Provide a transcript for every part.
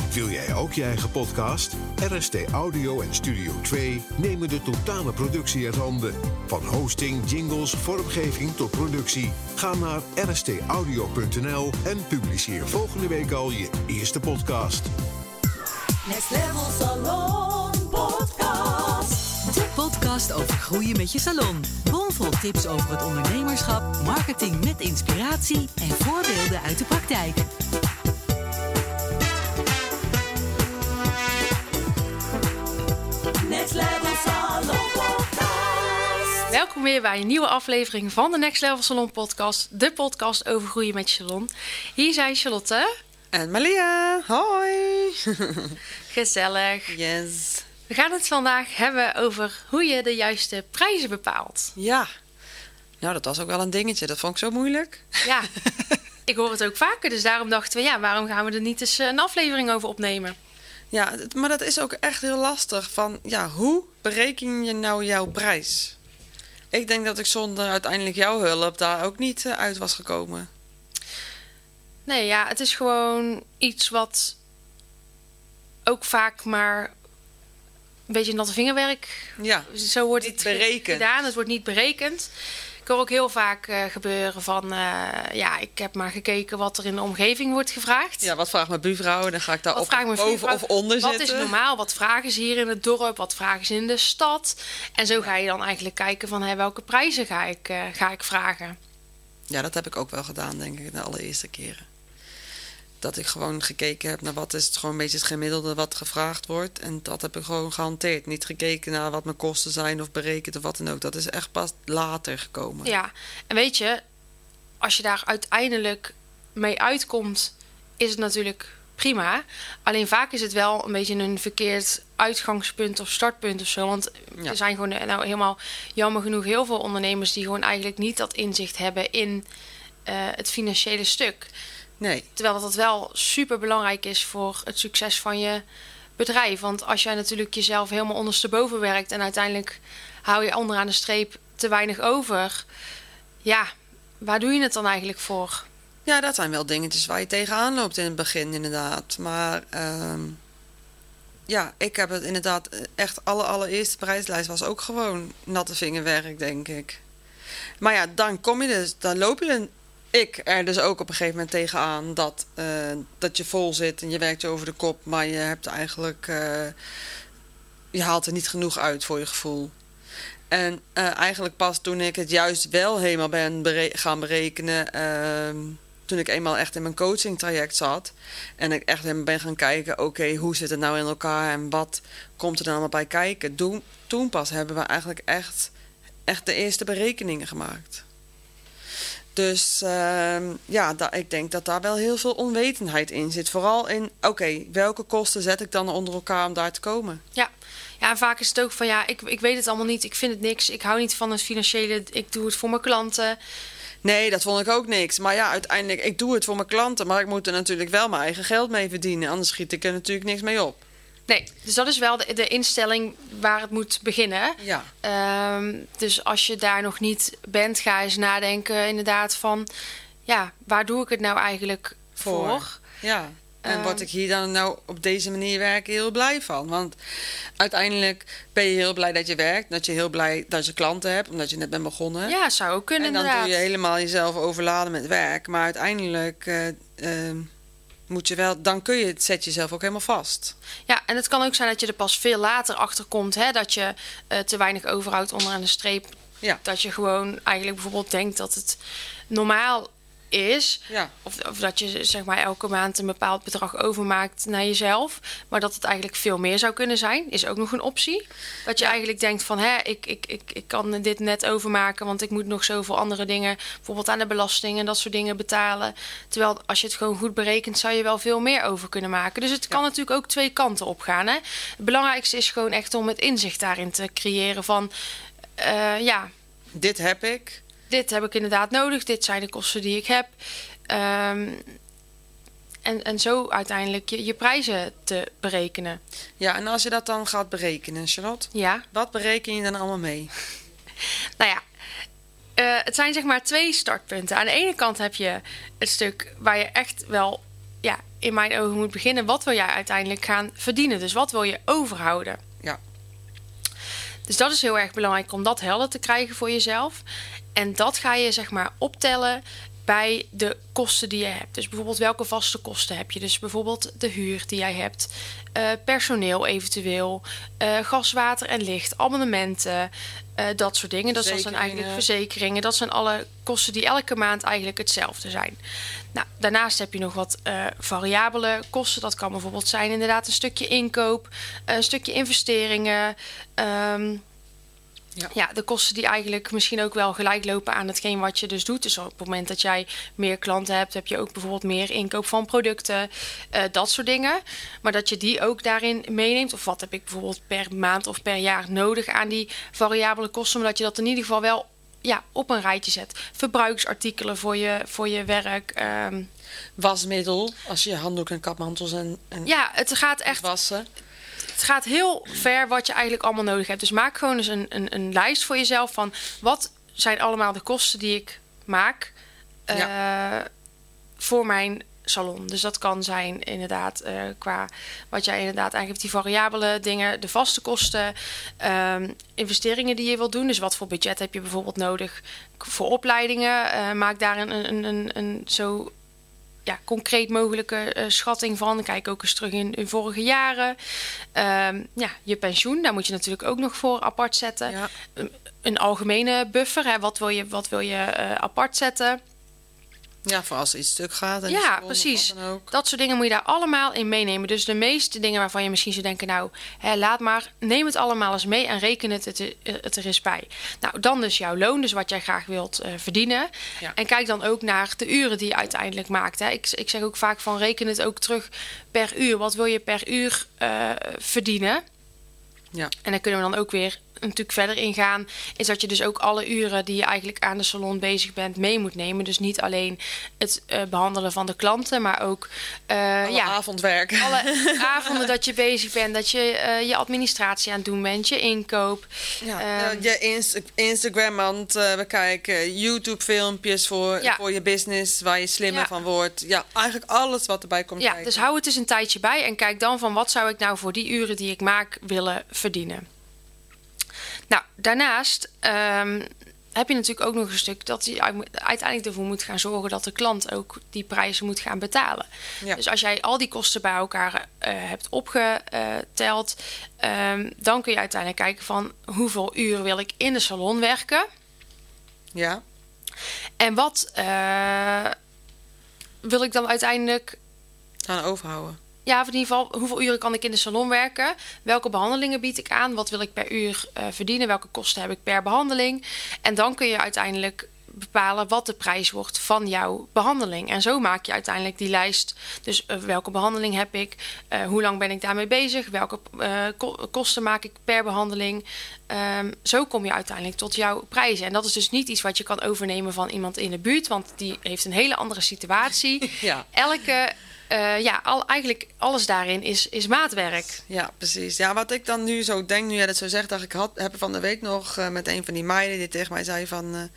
Wil jij ook je eigen podcast? RST Audio en Studio 2 nemen de totale productie uit handen. Van hosting, jingles, vormgeving tot productie. Ga naar rstaudio.nl en publiceer volgende week al je eerste podcast. Next Level Salon Podcast. De podcast over groeien met je salon. Bomvol tips over het ondernemerschap, marketing met inspiratie en voorbeelden uit de praktijk. Next Level Salon Podcast. Welkom weer bij een nieuwe aflevering van de Next Level Salon Podcast. De podcast over groeien met je salon. Hier zijn Charlotte. En Malia, hoi! Gezellig. Yes. We gaan het vandaag hebben over hoe je de juiste prijzen bepaalt. Ja, nou dat was ook wel een dingetje. Dat vond ik zo moeilijk. Ja, ik hoor het ook vaker. Dus daarom dachten we, ja, waarom gaan we er niet eens een aflevering over opnemen? Ja, maar dat is ook echt heel lastig. Van, ja, hoe bereken je nou jouw prijs? Ik denk dat ik zonder uiteindelijk jouw hulp daar ook niet uit was gekomen. Nee, ja, het is gewoon iets wat ook vaak maar een beetje natte vingerwerk. Ja, Zo wordt niet het berekend. gedaan. Het wordt niet berekend. Ik hoor ook heel vaak gebeuren van, ja, ik heb maar gekeken wat er in de omgeving wordt gevraagd. ja, wat vraagt mijn buurvrouw? Dan ga ik daar Wat op vraagt mijn boven buurvrouw? of onder Wat zitten. is normaal? Wat vragen ze hier in het dorp? Wat vragen ze in de stad? En zo ga je dan eigenlijk kijken van, welke prijzen ga ik vragen? Ja, dat heb ik ook wel gedaan, denk ik, de allereerste keren. Dat ik gewoon gekeken heb naar wat is het gewoon een beetje het gemiddelde wat gevraagd wordt. En dat heb ik gewoon gehanteerd. Niet gekeken naar wat mijn kosten zijn of berekend of wat dan ook. Dat is echt pas later gekomen. Ja, en weet je, als je daar uiteindelijk mee uitkomt, is het natuurlijk prima. Alleen vaak is het wel een beetje een verkeerd uitgangspunt of startpunt of zo. Want Ja. er zijn gewoon nou helemaal jammer genoeg heel veel ondernemers die gewoon eigenlijk niet dat inzicht hebben in het financiële stuk. Nee, Terwijl dat wel super belangrijk is voor het succes van je bedrijf. Want als jij natuurlijk jezelf helemaal ondersteboven werkt en uiteindelijk hou je onderaan de streep te weinig over. Ja, waar doe je het dan eigenlijk voor? ja, dat zijn wel dingetjes waar je tegenaan loopt in het begin inderdaad. Maar ja, ik heb het inderdaad echt allereerste prijslijst was ook gewoon natte vingerwerk, denk ik. Maar ja, dan kom je dus, dan loop je er dus ook op een gegeven moment tegenaan dat je vol zit en je werkt je over de kop, maar je hebt eigenlijk, je haalt er niet genoeg uit voor je gevoel. En eigenlijk pas toen ik het juist wel helemaal ben gaan berekenen, toen ik eenmaal echt in mijn coaching traject zat en ik echt helemaal ben gaan kijken, oké, hoe zit het nou in elkaar en wat komt er dan allemaal bij kijken? Toen pas hebben we eigenlijk echt de eerste berekeningen gemaakt. Dus ja, ik denk dat daar wel heel veel onwetendheid in zit. Vooral in, oké, welke kosten zet ik dan onder elkaar om daar te komen? Ja, en vaak is het ook van ja, ik weet het allemaal niet. Ik vind het niks. Ik hou niet van het financiële. Ik doe het voor mijn klanten. Nee, dat vond ik ook niks. Maar ja, uiteindelijk, ik doe het voor mijn klanten. Maar ik moet er natuurlijk wel mijn eigen geld mee verdienen. Anders schiet ik er natuurlijk niks mee op. Nee, dus dat is wel de instelling waar het moet beginnen. Ja. Dus als je daar nog niet bent, ga eens nadenken inderdaad van, ja, waar doe ik het nou eigenlijk voor? Ja. En word ik hier dan nou op deze manier werken heel blij van? Want uiteindelijk ben je heel blij dat je werkt. Dat je heel blij dat je klanten hebt, omdat je net bent begonnen. Ja, zou ook kunnen en dan inderdaad. doe je helemaal jezelf overladen met werk. Maar uiteindelijk moet je wel, dan zet je jezelf ook helemaal vast. Ja, en het kan ook zijn dat je er pas veel later achter komt, hè, dat je te weinig overhoudt onderaan de streep. Ja. Dat je gewoon eigenlijk bijvoorbeeld denkt dat het normaal is. Ja. Of dat je zeg maar elke maand een bepaald bedrag overmaakt naar jezelf. Maar dat het eigenlijk veel meer zou kunnen zijn. Is ook nog een optie. Dat je eigenlijk denkt van, ik kan dit net overmaken, want ik moet nog zoveel andere dingen, bijvoorbeeld aan de belasting en dat soort dingen betalen. Terwijl als je het gewoon goed berekent, zou je wel veel meer over kunnen maken. Dus het kan natuurlijk ook twee kanten op gaan. Hè? Het belangrijkste is gewoon echt om het inzicht daarin te creëren van, ja, Dit heb ik. dit heb ik inderdaad nodig. Dit zijn de kosten die ik heb. En zo uiteindelijk je prijzen te berekenen. Ja, en als je dat dan gaat berekenen, Charlotte, Ja, wat bereken je dan allemaal mee? nou ja. Het zijn zeg maar twee startpunten. Aan de ene kant heb je het stuk waar je echt wel in mijn ogen moet beginnen. Wat wil jij uiteindelijk gaan verdienen? Dus wat wil je overhouden? Ja. Dus dat is heel erg belangrijk om dat helder te krijgen voor jezelf. En dat ga je zeg maar optellen bij de kosten die je hebt. Dus bijvoorbeeld welke vaste kosten heb je? Dus bijvoorbeeld de huur die jij hebt. Personeel eventueel. Gas, water en licht. Abonnementen. Dat soort dingen. Dat zijn eigenlijk verzekeringen. Dat zijn alle kosten die elke maand eigenlijk hetzelfde zijn. Nou, daarnaast heb je nog wat variabele kosten. Dat kan bijvoorbeeld zijn inderdaad een stukje inkoop. Een stukje investeringen. Ja, de kosten die eigenlijk misschien ook wel gelijk lopen aan hetgeen wat je dus doet. Dus op het moment dat jij meer klanten hebt, heb je ook bijvoorbeeld meer inkoop van producten. Dat soort dingen. Maar dat je die ook daarin meeneemt. Of wat heb ik bijvoorbeeld per maand of per jaar nodig aan die variabele kosten. Maar dat je dat in ieder geval wel op een rijtje zet. Verbruiksartikelen voor je werk. Wasmiddel, als je handdoek en kapmantels en het gaat echt wassen. Het gaat heel ver wat je eigenlijk allemaal nodig hebt. Dus maak gewoon eens een lijst voor jezelf van wat zijn allemaal de kosten die ik maak voor mijn salon. Dus dat kan zijn inderdaad qua wat jij inderdaad eigenlijk die variabele dingen, de vaste kosten, investeringen die je wilt doen. Dus wat voor budget heb je bijvoorbeeld nodig voor opleidingen? Maak daar een zo concreet mogelijke schatting van. Kijk ook eens terug in vorige jaren. Je pensioen, daar moet je natuurlijk ook nog voor apart zetten. Ja. Een algemene buffer, hè. Wat wil je apart zetten? Ja, voor als er iets stuk gaat. En ja, precies. Dat soort dingen moet je daar allemaal in meenemen. Dus de meeste dingen waarvan je misschien zou denken, nou, laat maar, neem het allemaal eens mee en reken het er eens bij. Nou, dan dus jouw loon, dus wat jij graag wilt verdienen. Ja. En kijk dan ook naar de uren die je uiteindelijk maakt. Hè. Ik zeg ook vaak van, reken het ook terug per uur. Wat wil je per uur verdienen? Ja. En dan kunnen we dan ook weer natuurlijk verder ingaan, is dat je dus ook alle uren die je eigenlijk aan de salon bezig bent mee moet nemen. Dus niet alleen het behandelen van de klanten, maar ook avondwerk. Alle avonden dat je bezig bent, dat je je administratie aan het doen bent, je inkoop. Je Instagram aan het bekijken, YouTube filmpjes voor je business, waar je slimmer van wordt. Ja, eigenlijk alles wat erbij komt kijken. Dus hou het eens een tijdje bij en kijk dan van wat zou ik nou voor die uren die ik maak willen verdienen. Nou, daarnaast heb je natuurlijk ook nog een stuk dat je uiteindelijk ervoor moet gaan zorgen dat de klant ook die prijzen moet gaan betalen. Ja. Dus als jij al die kosten bij elkaar hebt opgeteld, dan kun je uiteindelijk kijken van hoeveel uur wil ik in de salon werken. Ja. En wat wil ik dan uiteindelijk gaan overhouden? Ja, of in ieder geval, hoeveel uren kan ik in de salon werken? Welke behandelingen bied ik aan? Wat wil ik per uur verdienen? Welke kosten heb ik per behandeling? En dan kun je uiteindelijk bepalen wat de prijs wordt van jouw behandeling. En zo maak je uiteindelijk die lijst. Dus welke behandeling heb ik? Hoe lang ben ik daarmee bezig? Welke kosten maak ik per behandeling? Zo kom je uiteindelijk tot jouw prijzen. En dat is dus niet iets wat je kan overnemen van iemand in de buurt. Want die heeft een hele andere situatie. Ja. Eigenlijk alles daarin is maatwerk. Ja, precies. Ja, wat ik dan nu zo denk, nu jij dat zo zegt, dacht ik heb van de week nog met een van die meiden die tegen mij zei van,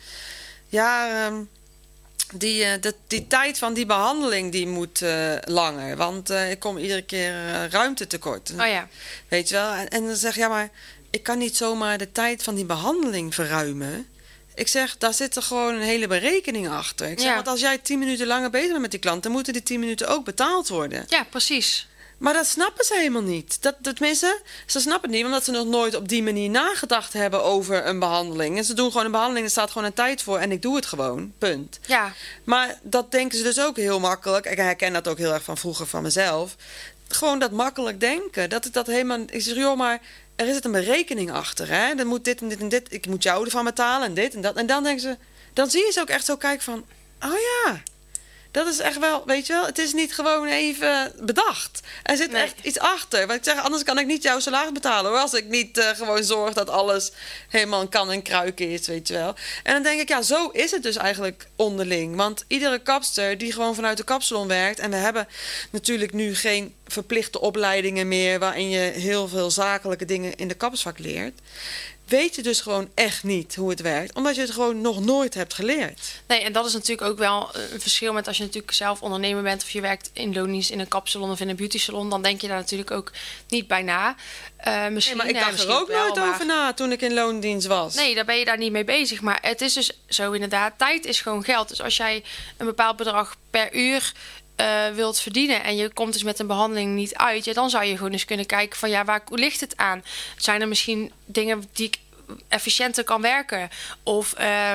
die tijd van die behandeling die moet langer, want ik kom iedere keer ruimte tekort. Oh ja. Weet je wel? En dan zeg je, ja, maar ik kan niet zomaar de tijd van die behandeling verruimen. Ik zeg, daar zit er gewoon een hele berekening achter. Ik zeg, want als jij 10 minuten langer bezig bent met die klant, dan moeten die 10 minuten ook betaald worden. Ja, precies. Maar dat snappen ze helemaal niet. Tenminste, ze snappen het niet, omdat ze nog nooit op die manier nagedacht hebben over een behandeling. En ze doen gewoon een behandeling, er staat gewoon een tijd voor en ik doe het gewoon, punt. Ja. Maar dat denken ze dus ook heel makkelijk. Ik herken dat ook heel erg van vroeger van mezelf. Gewoon dat makkelijk denken. Dat ik dat helemaal... Ik zeg, joh, maar er is een berekening achter, hè. Dan moet dit en dit en dit. Ik moet jou ervan betalen en dit en dat. En dan denken ze... Dan zie je ze ook echt zo kijken van... Oh ja... Dat is echt wel, weet je wel, het is niet gewoon even bedacht. Er zit echt iets achter. Want ik zeg, anders kan ik niet jouw salaris betalen, hoor. Als ik niet gewoon zorg dat alles helemaal kan en kruiken is, weet je wel. En dan denk ik, ja, zo is het dus eigenlijk onderling. Want iedere kapster die gewoon vanuit de kapsalon werkt... en we hebben natuurlijk nu geen verplichte opleidingen meer... waarin je heel veel zakelijke dingen in de kappersvak leert... weet je dus gewoon echt niet hoe het werkt. Omdat je het gewoon nog nooit hebt geleerd. Nee, en dat is natuurlijk ook wel een verschil met als je natuurlijk zelf ondernemer bent... of je werkt in loondienst in een kapsalon of in een beauty salon... dan denk je daar natuurlijk ook niet bij na. Misschien, Maar ik dacht misschien er ook wel, nooit over na toen ik in loondienst was. Nee, daar ben je daar niet mee bezig. Maar het is dus zo inderdaad, tijd is gewoon geld. Dus als jij een bepaald bedrag per uur wilt verdienen... en je komt dus met een behandeling niet uit... Ja, dan zou je gewoon eens kunnen kijken van ja, waar ligt het aan? Zijn er misschien dingen die ik efficiënter kan werken? Of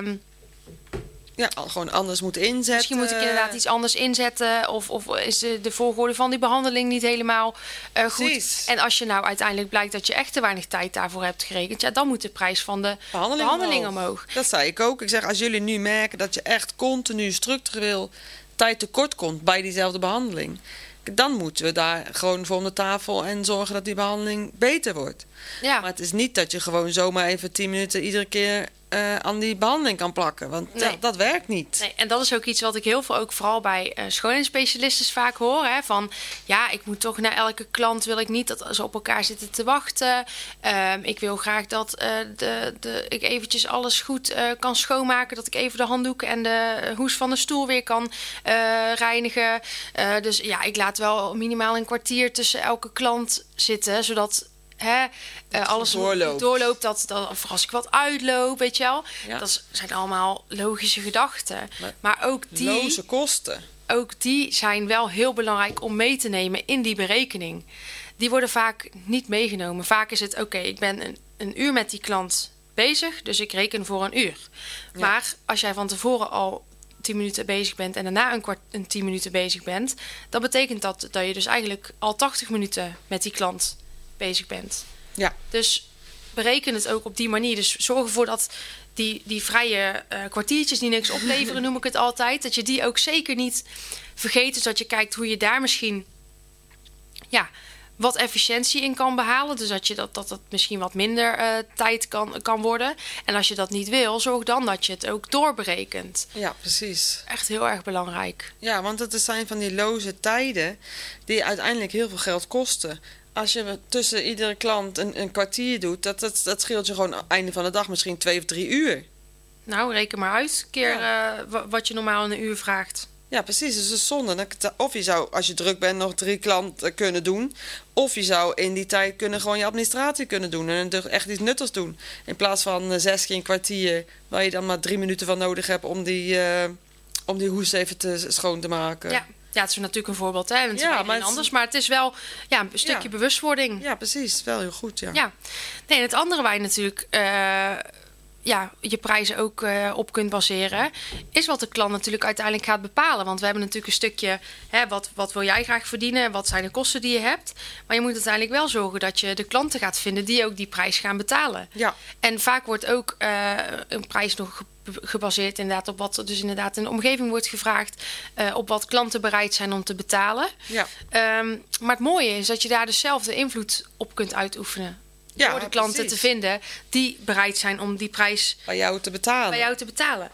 Ja, gewoon anders moeten inzetten. misschien moet ik inderdaad iets anders inzetten... of is de volgorde van die behandeling niet helemaal goed? Precies. En als je nou uiteindelijk blijkt dat je echt te weinig tijd daarvoor hebt gerekend... ja, dan moet de prijs van de behandeling omhoog. Dat zei ik ook. Ik zeg, als jullie nu merken dat je echt continu structureel tijd tekort komt bij diezelfde behandeling... dan moeten we daar gewoon voor om de tafel en zorgen dat die behandeling beter wordt. Ja. Maar het is niet dat je gewoon zomaar even 10 minuten iedere keer aan die behandeling kan plakken. Want Nee. dat werkt niet. Nee, en dat is ook iets wat ik heel veel ook vooral bij schoonheidsspecialisten vaak hoor. Hè, van ja, ik moet toch naar elke klant, wil ik niet dat ze op elkaar zitten te wachten. Ik wil graag dat ik eventjes alles goed kan schoonmaken. Dat ik even de handdoeken en de hoes van de stoel weer kan reinigen. Dus ja, ik laat wel minimaal een kwartier tussen elke klant zitten. Zodat alles doorloopt. Dat of als ik wat uitloop, weet je wel. Ja. Dat zijn allemaal logische gedachten. Maar Loze kosten. ook die zijn wel heel belangrijk om mee te nemen in die berekening. Die worden vaak niet meegenomen. Vaak is het, oké, ik ben een uur met die klant bezig, dus ik reken voor een uur. Ja. Maar als jij van tevoren al 10 minuten bezig bent en daarna een 10 minuten bezig bent, dan betekent dat je dus eigenlijk al 80 minuten met die klant bezig bent. Ja. Dus bereken het ook op die manier. Dus zorg ervoor dat die vrije kwartiertjes die niks opleveren, noem ik het altijd, dat je die ook zeker niet vergeet. Dus dat je kijkt hoe je daar misschien wat efficiëntie in kan behalen. Dus dat je dat misschien wat minder tijd kan worden. En als je dat niet wil, zorg dan dat je het ook doorberekent. Ja, precies. Echt heel erg belangrijk. Ja, want het zijn van die loze tijden die uiteindelijk heel veel geld kosten. Als je tussen iedere klant een kwartier doet, dat scheelt je gewoon aan het einde van de dag misschien 2 of 3 uur. Nou, reken maar uit. Keer wat je normaal in een uur vraagt. Ja, precies. Dus het is zonde. Of je zou, als je druk bent, nog 3 klanten kunnen doen. Of je zou in die tijd gewoon je administratie kunnen doen. En echt iets nuttigs doen. In plaats van 6 keer een kwartier, waar je dan maar 3 minuten van nodig hebt om die hoes even schoon te maken. Ja, het is natuurlijk een voorbeeld, hè? Het is Ja, maar anders, maar het is wel een stukje bewustwording. Ja, precies. Wel heel goed, ja. Ja. Nee, en het andere waar je natuurlijk je prijzen ook op kunt baseren, is wat de klant natuurlijk uiteindelijk gaat bepalen. Want we hebben natuurlijk een stukje, wat wil jij graag verdienen? Wat zijn de kosten die je hebt? Maar je moet uiteindelijk wel zorgen dat je de klanten gaat vinden die ook die prijs gaan betalen. Ja. En vaak wordt ook een prijs nog gebaseerd inderdaad op wat dus inderdaad in de omgeving wordt gevraagd, op wat klanten bereid zijn om te betalen. Ja. Maar het mooie is dat je daar dus zelf de invloed op kunt uitoefenen. Ja, door de klanten precies. te vinden die bereid zijn om die prijs Bij jou te betalen. bij jou te betalen.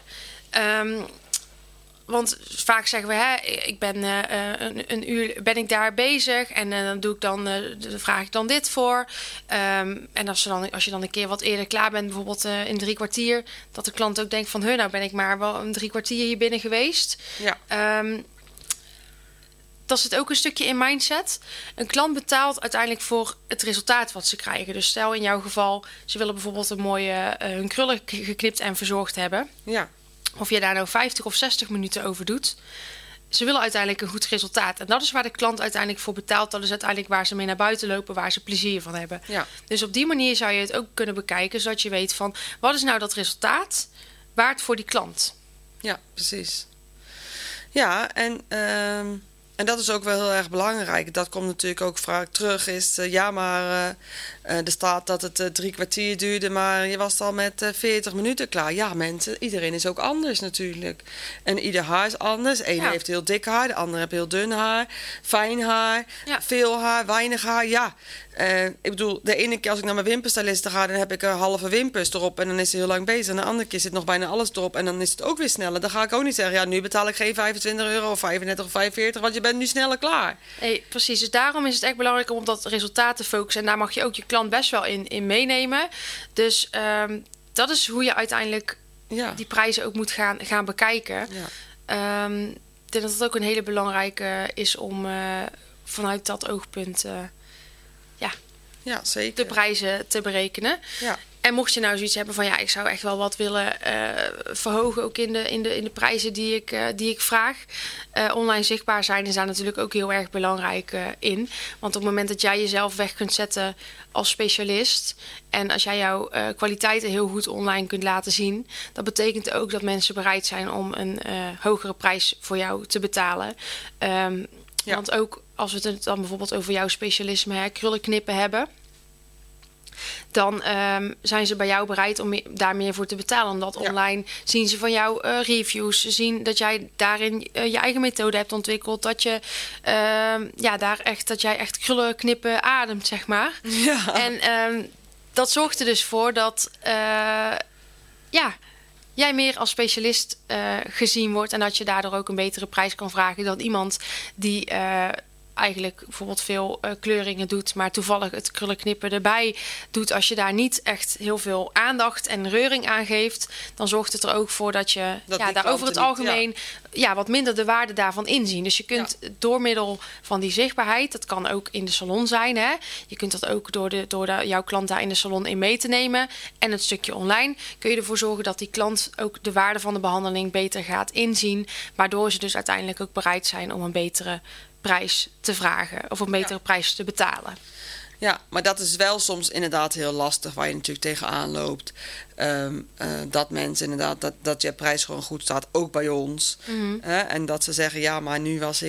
Want vaak zeggen we, ik ben een uur ben ik daar bezig en dan vraag ik dan dit voor. En als je dan een keer wat eerder klaar bent, bijvoorbeeld in 3 kwartier, dat de klant ook denkt van, nou ben ik maar wel een 3 kwartier hier binnen geweest. Ja. Dat zit ook een stukje in mindset. Een klant betaalt uiteindelijk voor het resultaat wat ze krijgen. Dus stel in jouw geval, ze willen bijvoorbeeld een mooie hun krullen geknipt en verzorgd hebben. Ja. Of je daar nou 50 of 60 minuten over doet. Ze willen uiteindelijk een goed resultaat. En dat is waar de klant uiteindelijk voor betaalt. Dat is uiteindelijk waar ze mee naar buiten lopen, waar ze plezier van hebben. Ja. Dus op die manier zou je het ook kunnen bekijken, zodat je weet van, wat is nou dat resultaat waard voor die klant? Ja, precies. Ja, en dat is ook wel heel erg belangrijk. Dat komt natuurlijk ook vaak terug. Er staat dat het 3 kwartier duurde, maar je was al met 40 minuten klaar. Ja, mensen, iedereen is ook anders natuurlijk. En ieder haar is anders. De ene heeft heel dik haar, de andere heeft heel dun haar. Fijn haar, veel haar, weinig haar. Ja, ik bedoel, de ene keer als ik naar mijn wimperstyliste ga, dan heb ik een halve wimpers erop en dan is ze heel lang bezig. En de andere keer zit nog bijna alles erop en dan is het ook weer sneller. Dan ga ik ook niet zeggen, nu betaal ik geen €25 of 35 of 45, want je bent ben nu sneller klaar. Nee, precies. Dus daarom is het echt belangrijk om op dat resultaat te focussen. En daar mag je ook je klant best wel in meenemen. Dus dat is hoe je uiteindelijk die prijzen ook moet gaan bekijken. Ja. Ik denk dat het ook een hele belangrijke is om vanuit dat oogpunt Ja, zeker. de prijzen te berekenen. Ja. En mocht je nou zoiets hebben van ik zou echt wel wat willen verhogen, ook in de prijzen die ik vraag. Online zichtbaar zijn is daar natuurlijk ook heel erg belangrijk in. Want op het moment dat jij jezelf weg kunt zetten als specialist en als jij jouw kwaliteiten heel goed online kunt laten zien, dat betekent ook dat mensen bereid zijn om een hogere prijs voor jou te betalen. Want ook als we het dan bijvoorbeeld over jouw specialisme, krullen knippen hebben, dan zijn ze bij jou bereid om daar meer voor te betalen. Omdat online zien ze van jou reviews. Ze zien dat jij daarin je eigen methode hebt ontwikkeld. Dat je dat jij echt krullen knippen ademt, zeg maar. Ja. En dat zorgt er dus voor dat jij meer als specialist gezien wordt. En dat je daardoor ook een betere prijs kan vragen dan iemand die eigenlijk bijvoorbeeld veel kleuringen doet, maar toevallig het krullen knippen erbij doet. Als je daar niet echt heel veel aandacht en reuring aan geeft, dan zorgt het er ook voor dat je daar over het algemeen wat minder de waarde daarvan inzien. Dus je kunt door middel van die zichtbaarheid, dat kan ook in de salon zijn, hè? Je kunt dat ook door jouw klant daar in de salon in mee te nemen en het stukje online, kun je ervoor zorgen dat die klant ook de waarde van de behandeling beter gaat inzien, waardoor ze dus uiteindelijk ook bereid zijn om een betere prijs te vragen of een betere prijs te betalen. Ja, maar dat is wel soms inderdaad heel lastig waar je natuurlijk tegenaan loopt. Dat mensen inderdaad, dat je prijs gewoon goed staat, ook bij ons. Mm-hmm. En dat ze zeggen, ja, maar nu was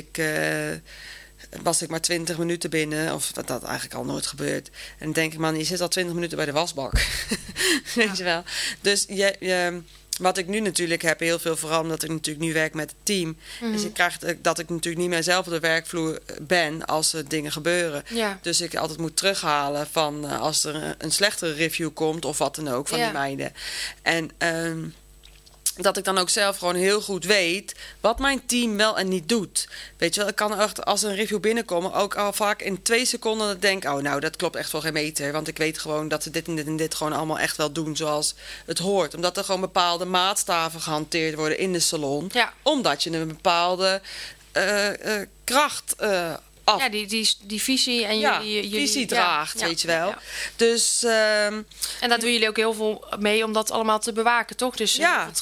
ik maar 20 minuten binnen. Of dat eigenlijk al nooit gebeurt. En dan denk ik, man, je zit al 20 minuten bij de wasbak. Weet je wel. Dus wat ik nu natuurlijk heb, heel veel vooral omdat ik natuurlijk nu werk met het team. Mm-hmm. Dus ik krijg dat ik natuurlijk niet meer zelf op de werkvloer ben als er dingen gebeuren. Ja. Dus ik altijd moet terughalen van als er een slechtere review komt of wat dan ook van die meiden. En dat ik dan ook zelf gewoon heel goed weet wat mijn team wel en niet doet. Weet je wel, ik kan echt als een review binnenkomen ook al vaak in 2 seconden dat ik denk, oh nou, dat klopt echt voor geen meter. Want ik weet gewoon dat ze dit en dit en dit gewoon allemaal echt wel doen zoals het hoort. Omdat er gewoon bepaalde maatstaven gehanteerd worden in de salon. Ja. Omdat je een bepaalde kracht af. Ja, die visie en je visie draagt, weet je wel. Ja. Dus en daar doen jullie ook heel veel mee om dat allemaal te bewaken, toch? Dus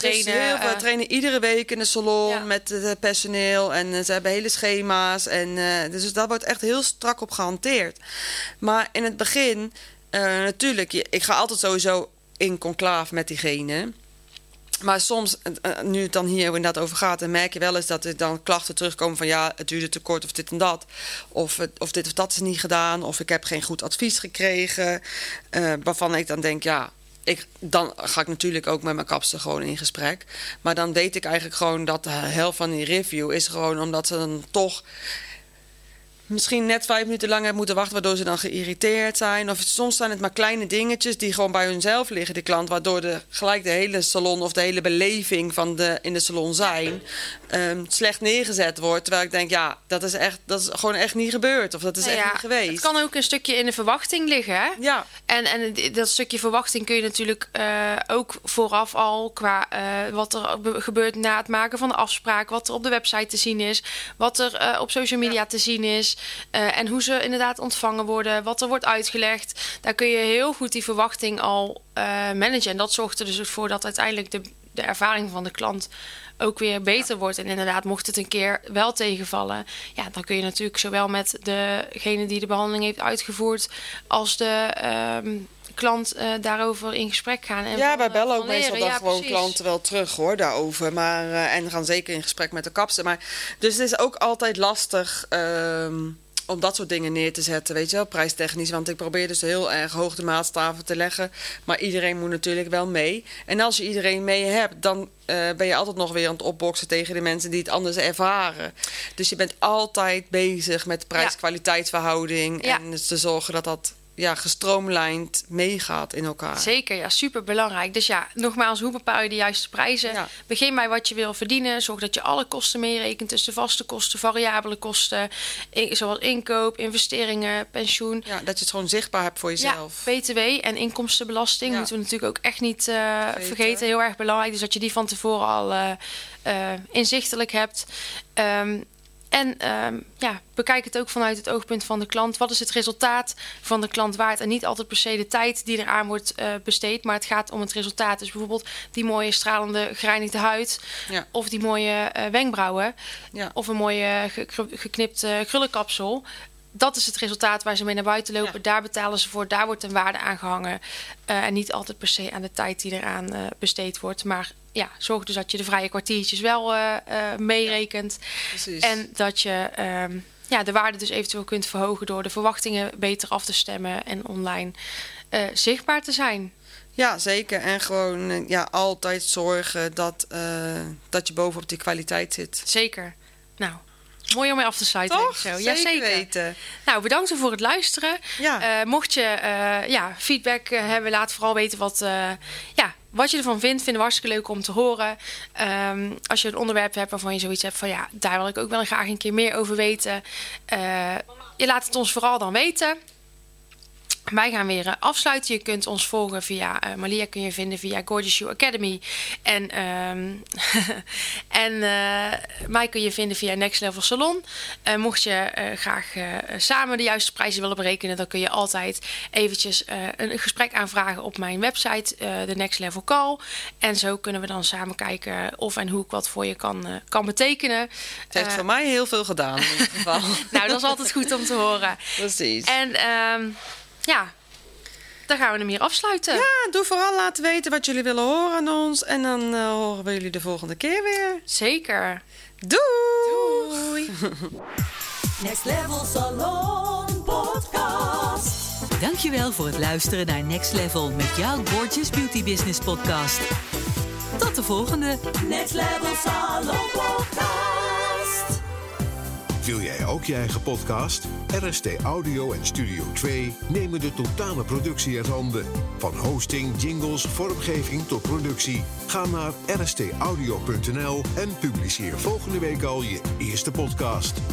we trainen iedere week in de salon met het personeel en ze hebben hele schema's en dus dat wordt echt heel strak op gehanteerd. Maar in het begin natuurlijk, ik ga altijd sowieso in conclave met diegene. Maar soms, nu het dan hier inderdaad over gaat, dan merk je wel eens dat er dan klachten terugkomen van het duurde te kort of dit en dat. Of dit of dat is niet gedaan. Of ik heb geen goed advies gekregen. Waarvan ik dan denk, dan ga ik natuurlijk ook met mijn kapster gewoon in gesprek. Maar dan weet ik eigenlijk gewoon dat de helft van die review is gewoon omdat ze dan toch misschien net 5 minuten lang hebben moeten wachten, waardoor ze dan geïrriteerd zijn. Of soms zijn het maar kleine dingetjes die gewoon bij hunzelf liggen, de klant, waardoor gelijk de hele salon of de hele beleving in de salon zijn slecht neergezet wordt. Terwijl ik denk, dat is gewoon echt niet gebeurd. Of dat is echt niet geweest. Het kan ook een stukje in de verwachting liggen, hè? Ja. En dat stukje verwachting kun je natuurlijk ook vooraf al qua wat er gebeurt na het maken van de afspraak, wat er op de website te zien is, wat er op social media te zien is. En hoe ze inderdaad ontvangen worden, wat er wordt uitgelegd. Daar kun je heel goed die verwachting al managen. En dat zorgt er dus voor dat uiteindelijk de ervaring van de klant ook weer beter wordt. En inderdaad, mocht het een keer wel tegenvallen, dan kun je natuurlijk zowel met degene die de behandeling heeft uitgevoerd als de klant daarover in gesprek gaan. En wij bellen ook meestal dan gewoon precies. Klanten wel terug hoor, daarover. Maar, en gaan zeker in gesprek met de kapster. Maar, dus het is ook altijd lastig om dat soort dingen neer te zetten, weet je wel, prijstechnisch. Want ik probeer dus heel erg hoog de maatstaven te leggen. Maar iedereen moet natuurlijk wel mee. En als je iedereen mee hebt, dan ben je altijd nog weer aan het opboksen tegen de mensen die het anders ervaren. Dus je bent altijd bezig met prijs-kwaliteitsverhouding. En dus te zorgen dat gestroomlijnd meegaat in elkaar. Zeker, ja, super belangrijk. Dus ja, nogmaals, hoe bepaal je de juiste prijzen? Ja. Begin bij wat je wil verdienen. Zorg dat je alle kosten meerekent. Dus de vaste kosten, variabele kosten. Zoals inkoop, investeringen, pensioen. Ja, dat je het gewoon zichtbaar hebt voor jezelf. Ja, BTW en inkomstenbelasting moeten we natuurlijk ook echt niet vergeten. Heel erg belangrijk. Dus dat je die van tevoren al inzichtelijk hebt. Bekijk het ook vanuit het oogpunt van de klant. Wat is het resultaat van de klant waard? En niet altijd per se de tijd die eraan wordt besteed. Maar het gaat om het resultaat. Dus bijvoorbeeld die mooie stralende gereinigde huid. Ja. Of die mooie wenkbrauwen. Ja. Of een mooie geknipt krullenkapsel. Dat is het resultaat waar ze mee naar buiten lopen. Ja. Daar betalen ze voor. Daar wordt een waarde aan gehangen. En niet altijd per se aan de tijd die eraan besteed wordt. Maar ja, zorg dus dat je de vrije kwartiertjes wel meerekent. Precies. En dat je de waarde dus eventueel kunt verhogen door de verwachtingen beter af te stemmen en online zichtbaar te zijn. Ja, zeker. En gewoon altijd zorgen dat je bovenop die kwaliteit zit. Zeker. Nou, mooi om mee af te sluiten. Toch? Denk ik zo. Ja, Zeker zeker weten. Nou, bedankt voor het luisteren. Ja. Mocht je feedback hebben, laat vooral weten wat je ervan vindt. Vinden we hartstikke leuk om te horen. Als je een onderwerp hebt waarvan je zoiets hebt van daar wil ik ook wel graag een keer meer over weten. Je laat het ons vooral dan weten. Wij gaan weer afsluiten. Je kunt ons volgen via Malia kun je vinden via Gorgeous You Academy. En mij kun je vinden via Next Level Salon. Mocht je graag samen de juiste prijzen willen berekenen, dan kun je altijd eventjes een gesprek aanvragen op mijn website, de Next Level Call. En zo kunnen we dan samen kijken of en hoe ik wat voor je kan betekenen. Het heeft voor mij heel veel gedaan in ieder geval. Nou, dat is altijd goed om te horen. Precies. En dan gaan we hem hier afsluiten. Ja, doe vooral laten weten wat jullie willen horen aan ons. En dan horen we jullie de volgende keer weer. Zeker. Doei! Next Level Salon Podcast. Dankjewel voor het luisteren naar Next Level met jouw Gorgeous Beauty Business podcast. Tot de volgende. Next Level Salon Podcast. Wil jij ook je eigen podcast? RST Audio en Studio 2 nemen de totale productie uit handen. Van hosting, jingles, vormgeving tot productie. Ga naar rstaudio.nl en publiceer volgende week al je eerste podcast.